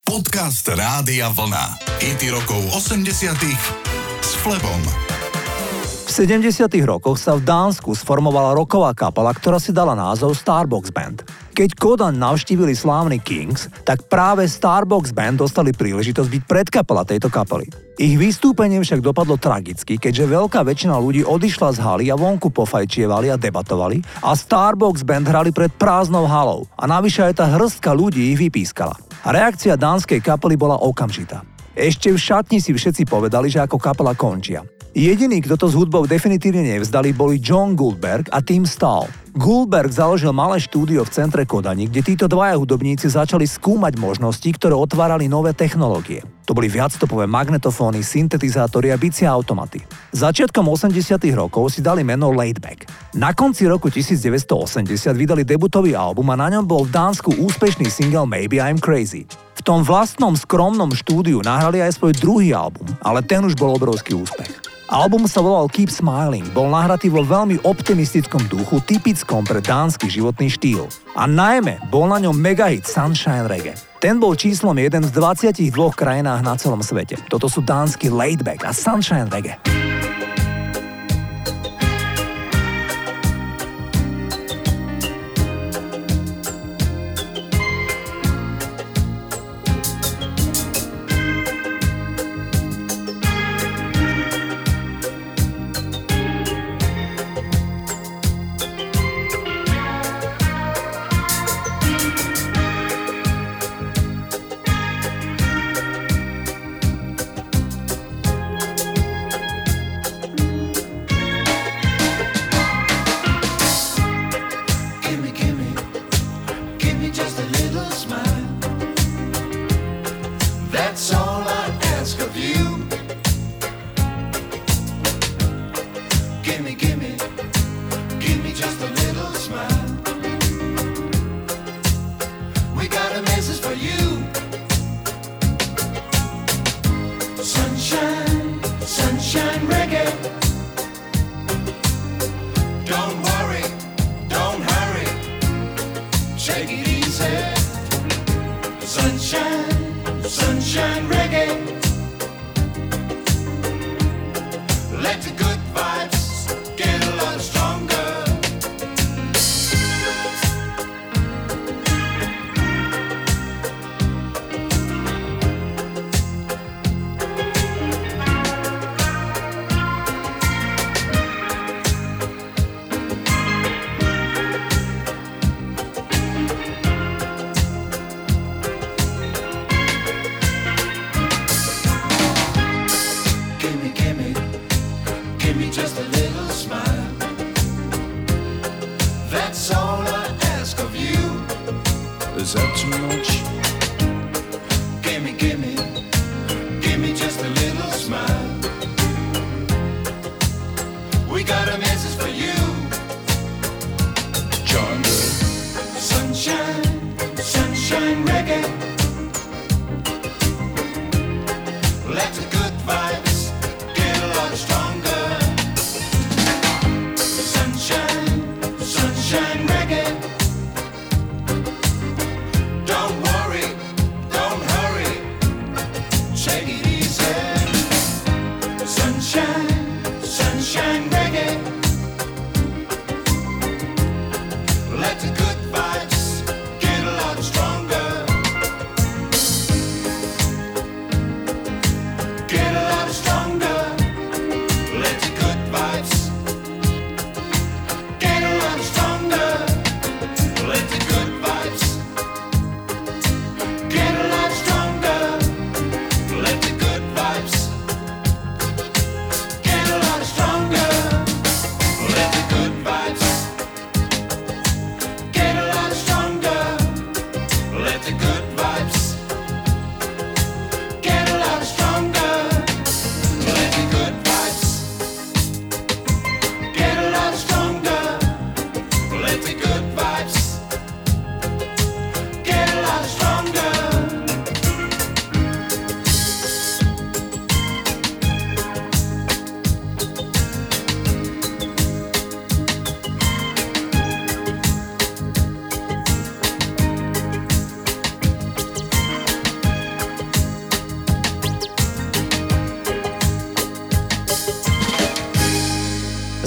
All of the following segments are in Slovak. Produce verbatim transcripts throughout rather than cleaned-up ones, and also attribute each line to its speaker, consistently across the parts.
Speaker 1: Podcast Rádia Vlna. Hity rokov osemdesiatych s Flebom.
Speaker 2: V sedemdesiatych rokoch sa v Dánsku sformovala rocková kapela, ktorá si dala názov Starbox Band. Keď Kodaň navštívili slávny Kings, tak práve Starbox Band dostali príležitosť byť predkapela tejto kapely. Ich vystúpenie však dopadlo tragicky, keďže veľká väčšina ľudí odišla z haly a vonku pofajčievali a debatovali a Starbox Band hrali pred prázdnou halou a navyše aj tá hrstka ľudí ich vypískala. A reakcia dánskej kapely bola okamžitá. Ešte v šatni si všetci povedali, že ako kapela končia. Jediný, kto to s hudbou definitívne nevzdali, boli John Goldberg a Tim Stahl. Goldberg založil malé štúdio v centre Kodani, kde títo dvaja hudobníci začali skúmať možnosti, ktoré otvárali nové technológie. To boli viacstopové magnetofóny, syntetizátory a bicie automaty. Začiatkom osemdesiatych rokov si dali meno Laidback. Na konci roku devätnásťstoosemdesiat vydali debutový album a na ňom bol v Dánsku úspešný single Maybe I'm Crazy. V tom vlastnom skromnom štúdiu nahrali aj svoj druhý album, ale ten už bol obrovský úspech. Album sa volal Keep Smiling, bol nahratý vo veľmi optimistickom duchu, typickom pre dánsky životný štýl. A najmä bol na ňom megahit Sunshine Reggae. Ten bol číslom jeden v dvadsiatich dvoch krajinách na celom svete. Toto sú dánsky Laidback a Sunshine Reggae.
Speaker 3: Give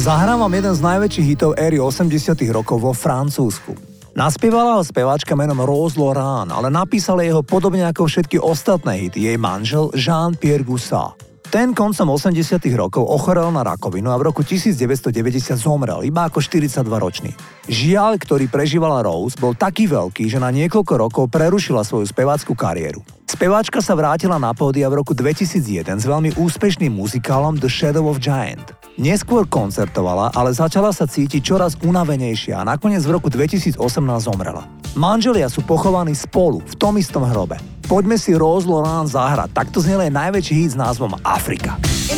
Speaker 2: Zahrám vám jeden z najväčších hitov éry osemdesiatych rokov vo Francúzsku. Naspievala ho speváčka menom Rose Lauren, ale napísala jeho podobne ako všetky ostatné hity jej manžel Jean-Pierre Goussat. Ten koncom osemdesiatych rokov ochorel na rakovinu a v roku devätnásťstodeväťdesiat zomrel iba ako štyridsaťdvaročný. Žiaľ, ktorý prežívala Rose, bol taký veľký, že na niekoľko rokov prerušila svoju spevácku kariéru. Speváčka sa vrátila na pódia v roku dvetisícjeden s veľmi úspešným muzikálom The Shadow of Giant. Neskôr koncertovala, ale začala sa cítiť čoraz unavenejšia a nakoniec v roku dvetisícosemnásť zomrela. Manželia sú pochovaní spolu v tom istom hrobe. Poďme si Rose Lauren zahrať, takto znel jej najväčší hit s názvom Afrika.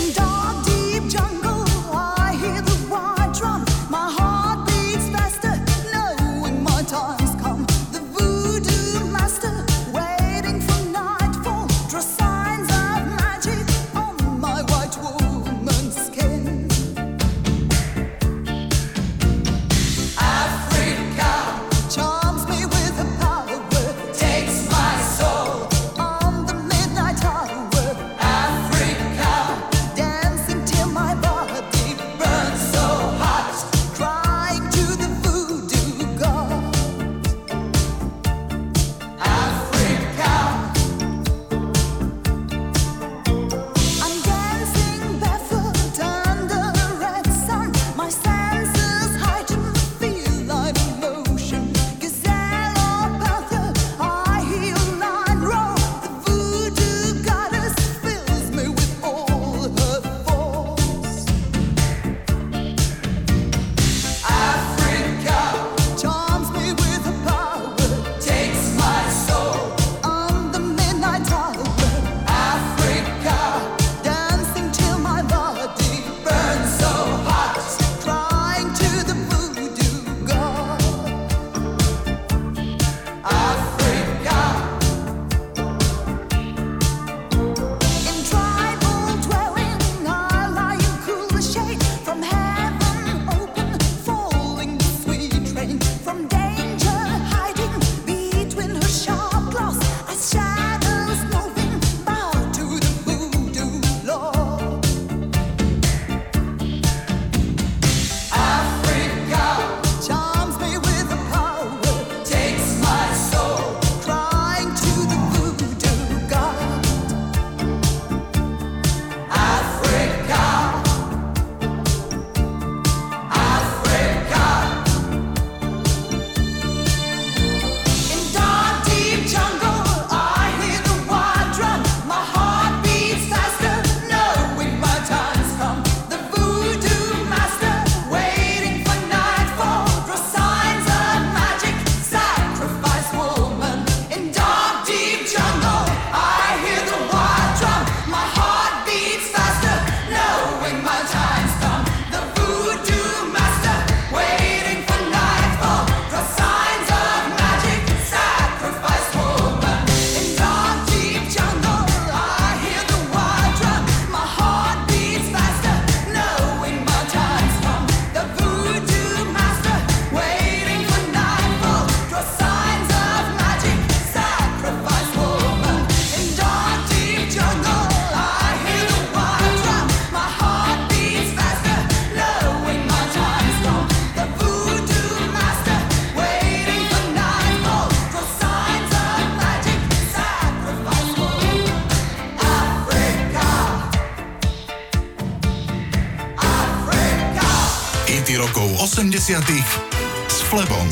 Speaker 1: rokov osemdesiatych s Flebom.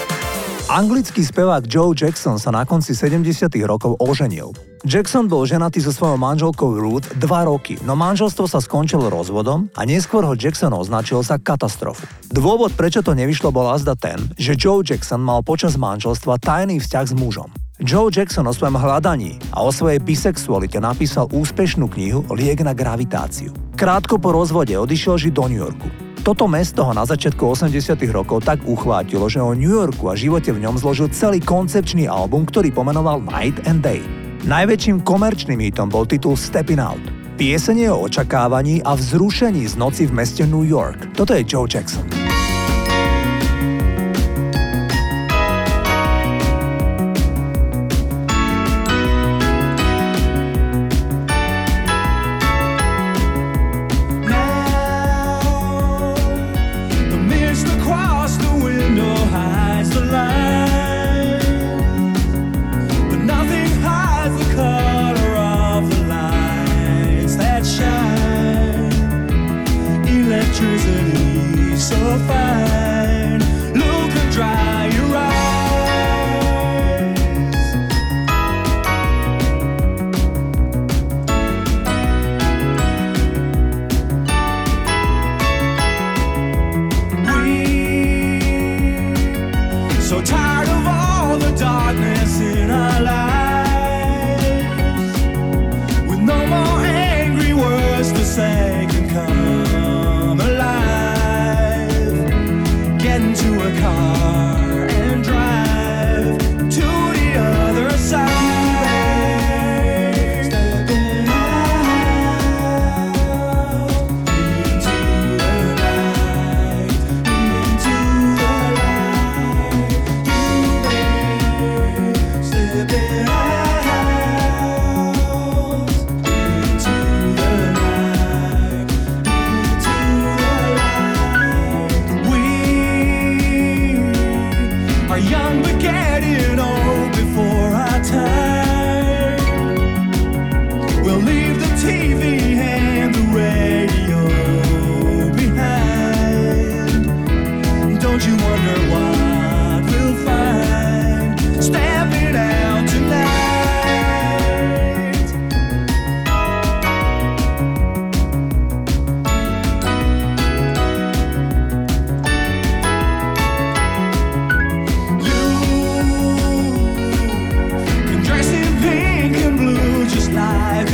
Speaker 2: Anglický spevák Joe Jackson sa na konci sedemdesiatych rokov oženil. Jackson bol ženatý so svojou manželkou Ruth dva roky, no manželstvo sa skončilo rozvodom a neskôr ho Jackson označil za katastrofu. Dôvod, prečo to nevyšlo, bol azda ten, že Joe Jackson mal počas manželstva tajný vzťah s mužom. Joe Jackson o svojom hľadaní a o svojej bisexualite napísal úspešnú knihu Liek na gravitáciu. Krátko po rozvode odišiel žiť do New Yorku. Toto mesto ho na začiatku osemdesiatych rokov tak uchvátilo, že o New Yorku a živote v ňom zložil celý koncepčný album, ktorý pomenoval Night and Day. Najväčším komerčným hitom bol titul Steppin' Out. Pieseň je o očakávaní a vzrušení z noci v meste New York. Toto je Joe Jackson.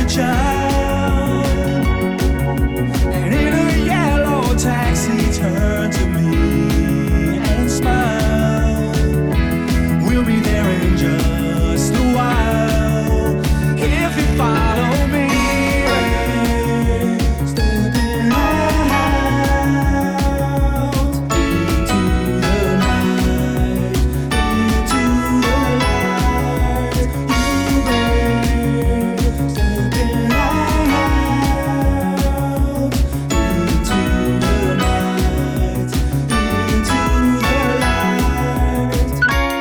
Speaker 3: child. And in a yellow taxi, turn to me and smile. We'll be there in just a while if you follow me. Stepping out into the night, into the light. You, babe, stepping out into the night, into the light.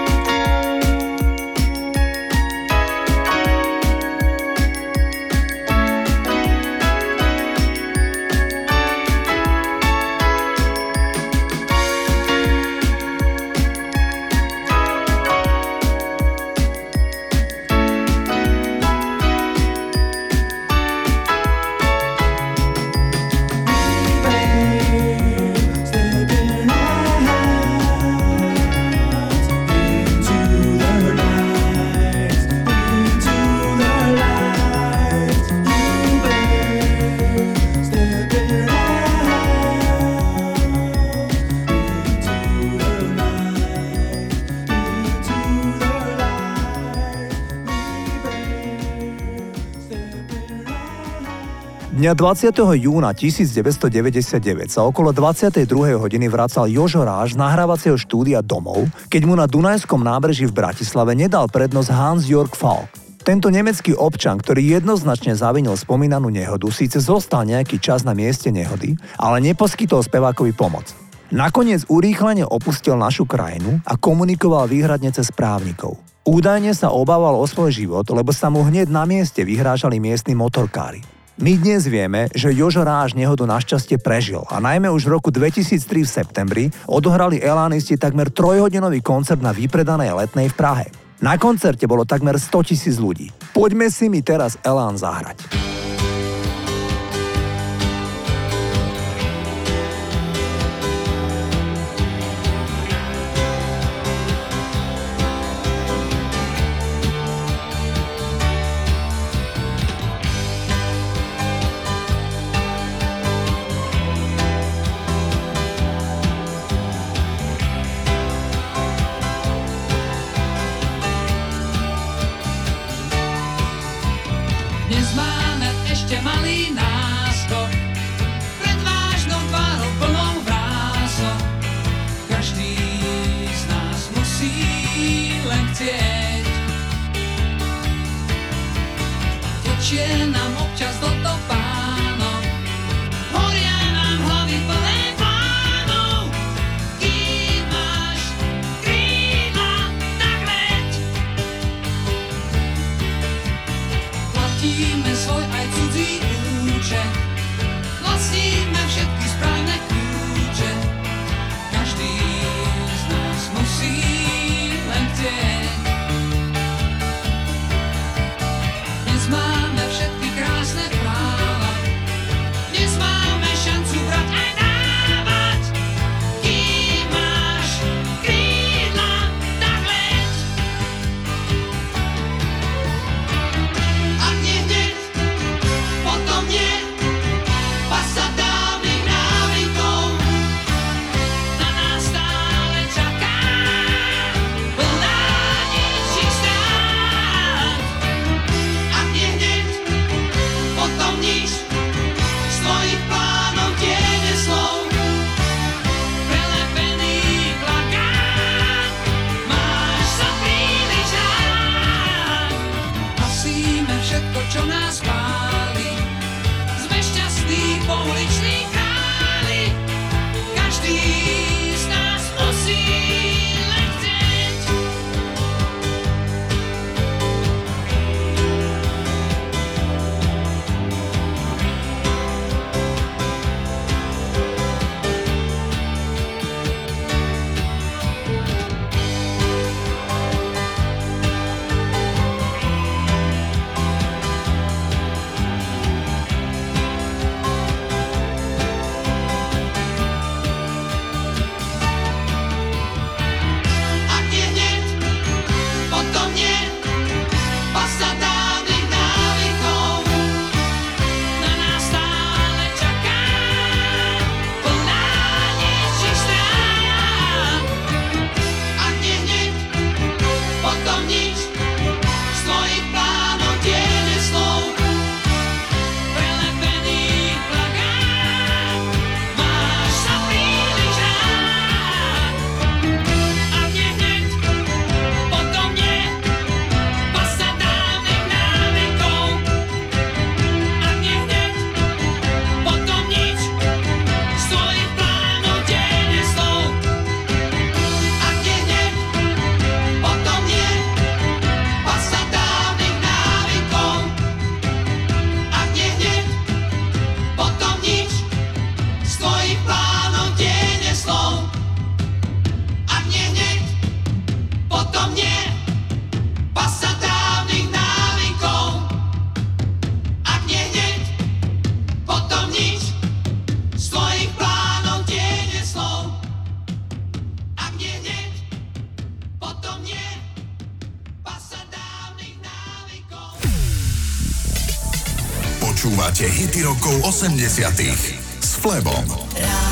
Speaker 2: Dňa dvadsiateho júna tisícdeväťstodeväťdesiatdeväť sa okolo dvadsiatej druhej hodiny vracal Jožo Ráš z nahrávacieho štúdia domov, keď mu na Dunajskom nábreží v Bratislave nedal prednosť Hans-Jörg Falk. Tento nemecký občan, ktorý jednoznačne zavinil spomínanú nehodu, síce zostal nejaký čas na mieste nehody, ale neposkytol spevákovi pomoc. Nakoniec urýchlene opustil našu krajinu a komunikoval výhradne cez právnikov. Údajne sa obával o svoj život, lebo sa mu hneď na mieste vyhrážali miestni motorkári. My dnes vieme, že Jožo Ráš nehodu našťastie prežil a najmä už v roku dvetisíctri v septembri odohrali elánisti takmer trojhodinový koncert na vypredanej Letnej v Prahe. Na koncerte bolo takmer stotisíc ľudí. Poďme si mi teraz Elán zahrať.
Speaker 4: Dnes máme ešte malý náskok, pred vážnou tvárou plnou vrások. Každý z nás musí len chcieť. Tečie nám občas do topánok, horia nám hlavy plné plánov. Kým máš krídla, tak leď. Platíme svoj aj cudzí účet, vlastníme všetky správne kľúče. Každý z nás musí len chcieť. Dnes máme všetky krásne práva, dnes máme šancu brať aj dávať. Kým máš krídla, tak leď. Ak nie hneď, potom nie, pasa dávnych návykov na nás stále čaká, plná ničích strát. Ak nie hneď, potom nič, z tvojich plánov tiene slov, prelepený plakát, máš sa príliš rád. Hasíme všetko, čo nás pálí, sme šťastní pouliční králi. Každý z nás musí len chcieť.
Speaker 1: Počúvate hity rokov osemdesiatych s Flebom.